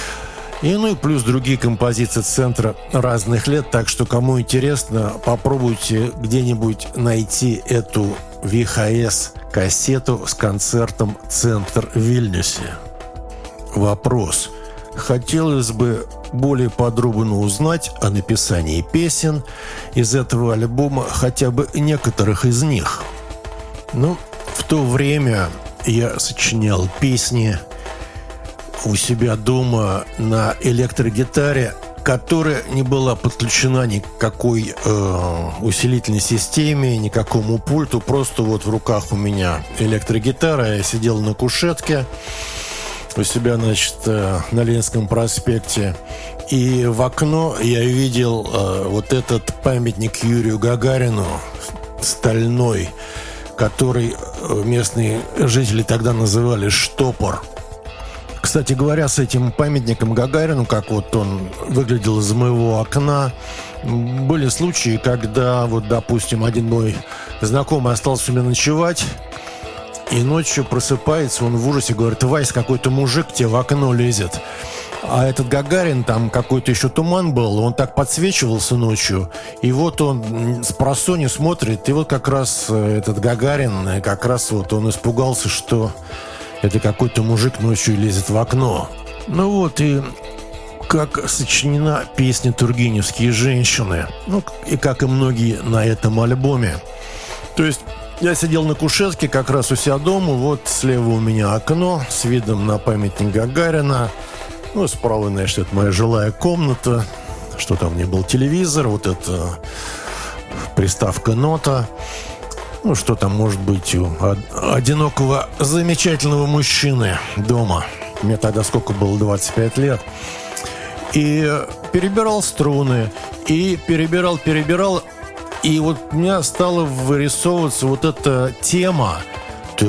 Ну и плюс другие композиции «Центра» разных лет. Так что, кому интересно, попробуйте где-нибудь найти эту VHS-кассету с концертом «Центр» в Вильнюсе. Вопрос. Хотелось бы более подробно узнать о написании песен из этого альбома, хотя бы некоторых из них. В то время я сочинял песни у себя дома на электрогитаре, которая не была подключена ни к какой усилительной системе, ни к какому пульту. Просто вот в руках у меня электрогитара, я сидел на кушетке, у себя, значит, на Ленинском проспекте. И в окно я видел вот этот памятник Юрию Гагарину, стальной, который местные жители тогда называли «штопор». Кстати говоря, с этим памятником Гагарину, как вот он выглядел из моего окна, были случаи, когда, вот, допустим, один мой знакомый остался у меня ночевать, и ночью просыпается, он в ужасе говорит: «Вась, какой-то мужик тебе в окно лезет». А этот Гагарин, там какой-то еще туман был, он так подсвечивался ночью, и вот он с просонья смотрит, и вот как раз этот Гагарин, как раз вот он испугался, что это какой-то мужик ночью лезет в окно. Ну вот, и как сочинена песня «Тургеневские женщины», ну, и как и многие на этом альбоме. То есть я сидел на кушетке как раз у себя дома, вот слева у меня окно с видом на памятник Гагарина. Ну, справа, значит, это моя жилая комната, что там, не был телевизор, вот это приставка «Нота». Ну, что там может быть у одинокого замечательного мужчины дома. Мне тогда сколько было, 25 лет. И перебирал струны, и перебирал. И вот у меня стала вырисовываться вот эта тема. То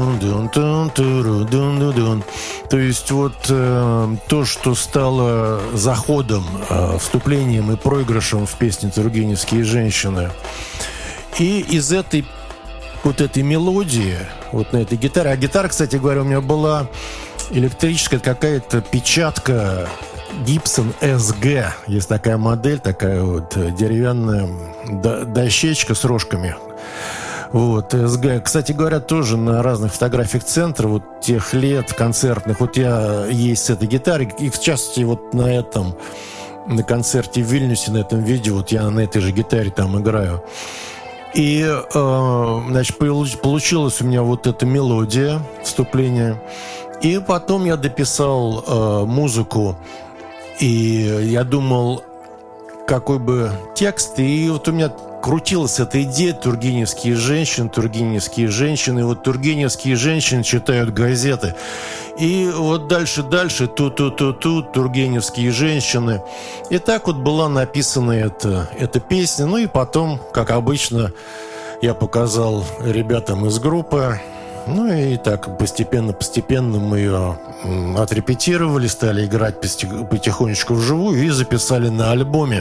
есть вот то, что стало заходом, вступлением и проигрышем в песне «Тургеневские женщины». И из этой мелодии, вот на этой гитаре, а гитара, кстати говоря, у меня была электрическая какая-то печатка Gibson SG. Есть такая модель, такая вот деревянная дощечка с рожками. Вот, SG. Кстати говоря, тоже на разных фотографиях центра вот тех лет концертных. Вот я есть с этой гитарой. И в частности вот на концерте в Вильнюсе, на этом видео, вот я на этой же гитаре там играю. И, значит, получилась у меня вот эта мелодия, вступление. И потом я дописал музыку. И я думал, какой бы текст. И вот у меня крутилась эта идея: тургеневские женщины. И вот тургеневские женщины читают газеты. И вот дальше, тургеневские женщины. И так вот была написана эта песня. Ну и потом, как обычно, я показал ребятам из группы. Ну и так постепенно мы ее отрепетировали, стали играть потихонечку вживую и записали на альбоме.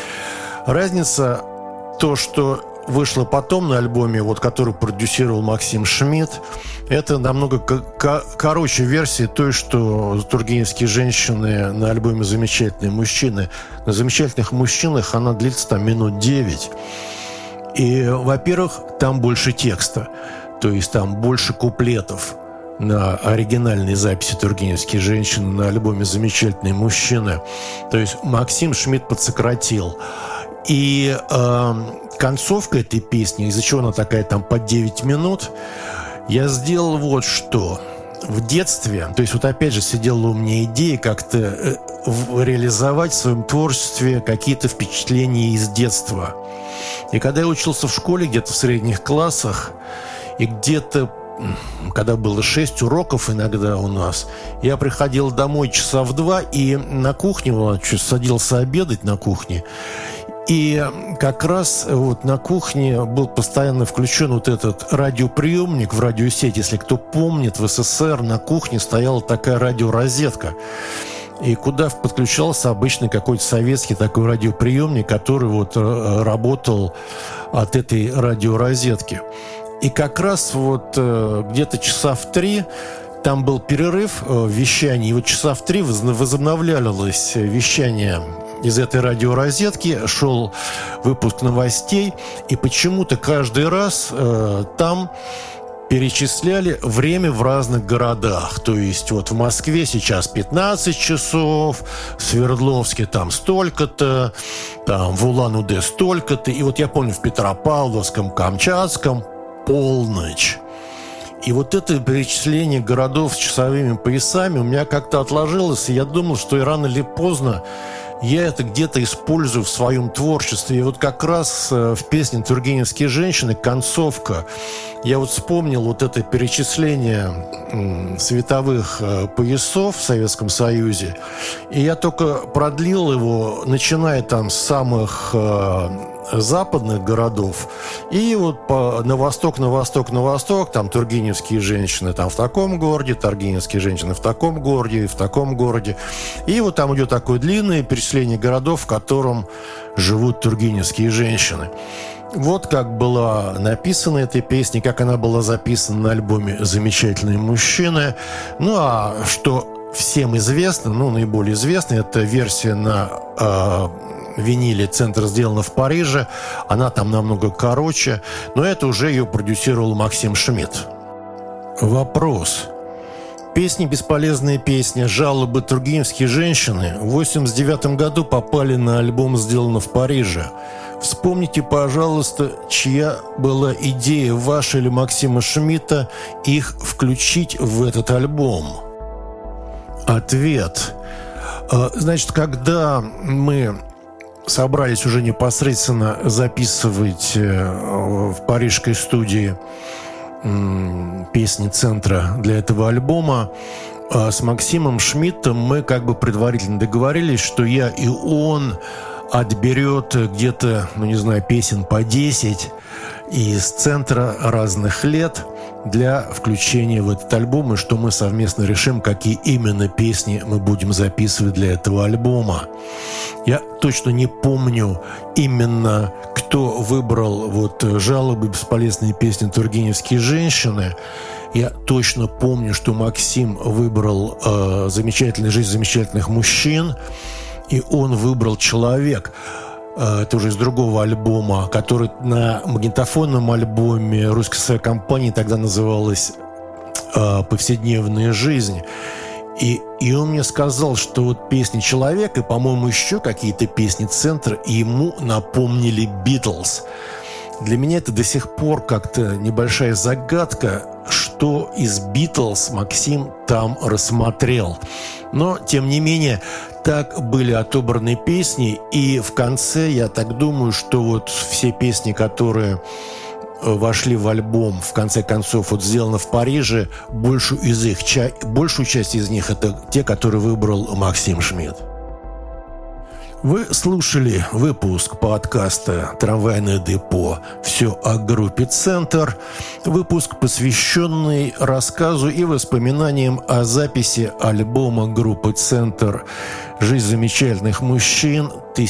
Разница то, что вышло потом на альбоме, вот, который продюсировал Максим Шмидт, это намного короче версия той, что «Тургеневские женщины» на альбоме «Замечательные мужчины». На «Замечательных мужчинах» она длится там минут 9. И, во-первых, там больше текста, то есть там больше куплетов. На оригинальной записи «Тургеневские женщины» на альбоме «Замечательные мужчины». То есть Максим Шмидт подсократил. И концовка этой песни, из-за чего она такая там по 9 минут, я сделал вот что. В детстве, то есть вот опять же сидела у меня идея как-то реализовать в своем творчестве какие-то впечатления из детства. И когда я учился в школе, где-то в средних классах, и где-то, когда было 6 уроков иногда у нас, я приходил домой часа в 2 и на кухне, садился обедать на кухне. И как раз вот на кухне был постоянно включен вот этот радиоприемник в радиосеть. Если кто помнит, в СССР на кухне стояла такая радиорозетка, и куда подключался обычный какой-то советский такой радиоприемник, который вот работал от этой радиорозетки. И как раз вот где-то часа в 3 там был перерыв в вещании, и вот часа в 3 возобновлялось вещание из этой радиорозетки, шел выпуск новостей, и почему-то каждый раз там перечисляли время в разных городах. То есть вот в Москве сейчас 15 часов, в Свердловске там столько-то, там в Улан-Удэ столько-то. И вот я помню, в Петропавловском, Камчатском полночь. И вот это перечисление городов с часовыми поясами у меня как-то отложилось, и я думал, что и рано или поздно я это где-то использую в своем творчестве. И вот как раз в песне «Тургеневские женщины» концовка. Я вот вспомнил вот это перечисление световых поясов в Советском Союзе. И я только продлил его, начиная там с самых западных городов. И вот на восток, там тургеневские женщины там в таком городе, тургеневские женщины в таком городе и в таком городе. И вот там идет такое длинное перечисление городов, в котором живут тургеневские женщины. Вот как была написана эта песня, как она была записана на альбоме «Замечательные мужчины». Ну, а что всем известно, наиболее известно, это версия на виниле «Центр» сделана в Париже. Она там намного короче, но это уже ее продюсировал Максим Шмидт. Вопрос. Песни «Бесполезная песня», «Жалобы тургеневские женщины» в 1989 году попали на альбом «Сделано в Париже». Вспомните, пожалуйста, чья была идея, ваша или Максима Шмидта, их включить в этот альбом? Ответ. Значит, когда мы собрались уже непосредственно записывать в парижской студии песни «Центра» для этого альбома, с Максимом Шмидтом мы как бы предварительно договорились, что я и он отберет где-то, песен по 10 из «Центра» разных лет для включения в этот альбом, и что мы совместно решим, какие именно песни мы будем записывать для этого альбома. Я точно не помню именно, кто выбрал «Жалобы, бесполезные песни тургеневские женщины». Я точно помню, что Максим выбрал «Замечательная жизнь замечательных мужчин», и он выбрал «Человек». Это уже из другого альбома, который на магнитофонном альбоме русской своей компании тогда называлась «Повседневная жизнь». И он мне сказал, что песни «Человек» и, по-моему, еще какие-то песни «Центра» ему напомнили «Битлз». Для меня это до сих пор как-то небольшая загадка, что из «Битлз» Максим там рассмотрел. Но, тем не менее, так были отобраны песни, и в конце, я так думаю, что все песни, которые вошли в альбом, в конце концов, сделано в Париже, большую часть из них это те, которые выбрал Максим Шмидт. Вы слушали выпуск подкаста «Трамвайное депо. Все о группе «Центр». Выпуск, посвященный рассказу и воспоминаниям о записи альбома группы «Центр» «Жизнь замечательных мужчин»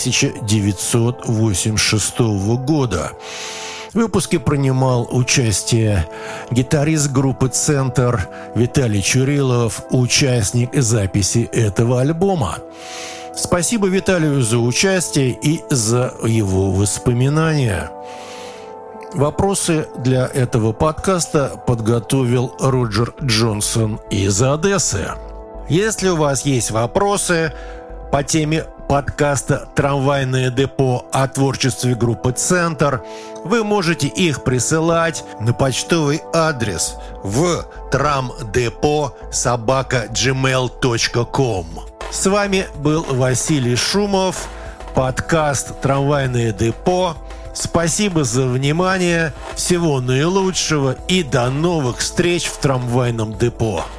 1986 года. В выпуске принимал участие гитарист группы «Центр» Виталий Чурилов, участник записи этого альбома. Спасибо Виталию за участие и за его воспоминания. Вопросы для этого подкаста подготовил Роджер Джонсон из Одессы. Если у вас есть вопросы по теме подкаста «Трамвайное депо» о творчестве группы «Центр», вы можете их присылать на почтовый адрес в tramdepo@gmail.com. С вами был Василий Шумов, подкаст «Трамвайное депо». Спасибо за внимание, всего наилучшего и до новых встреч в трамвайном депо.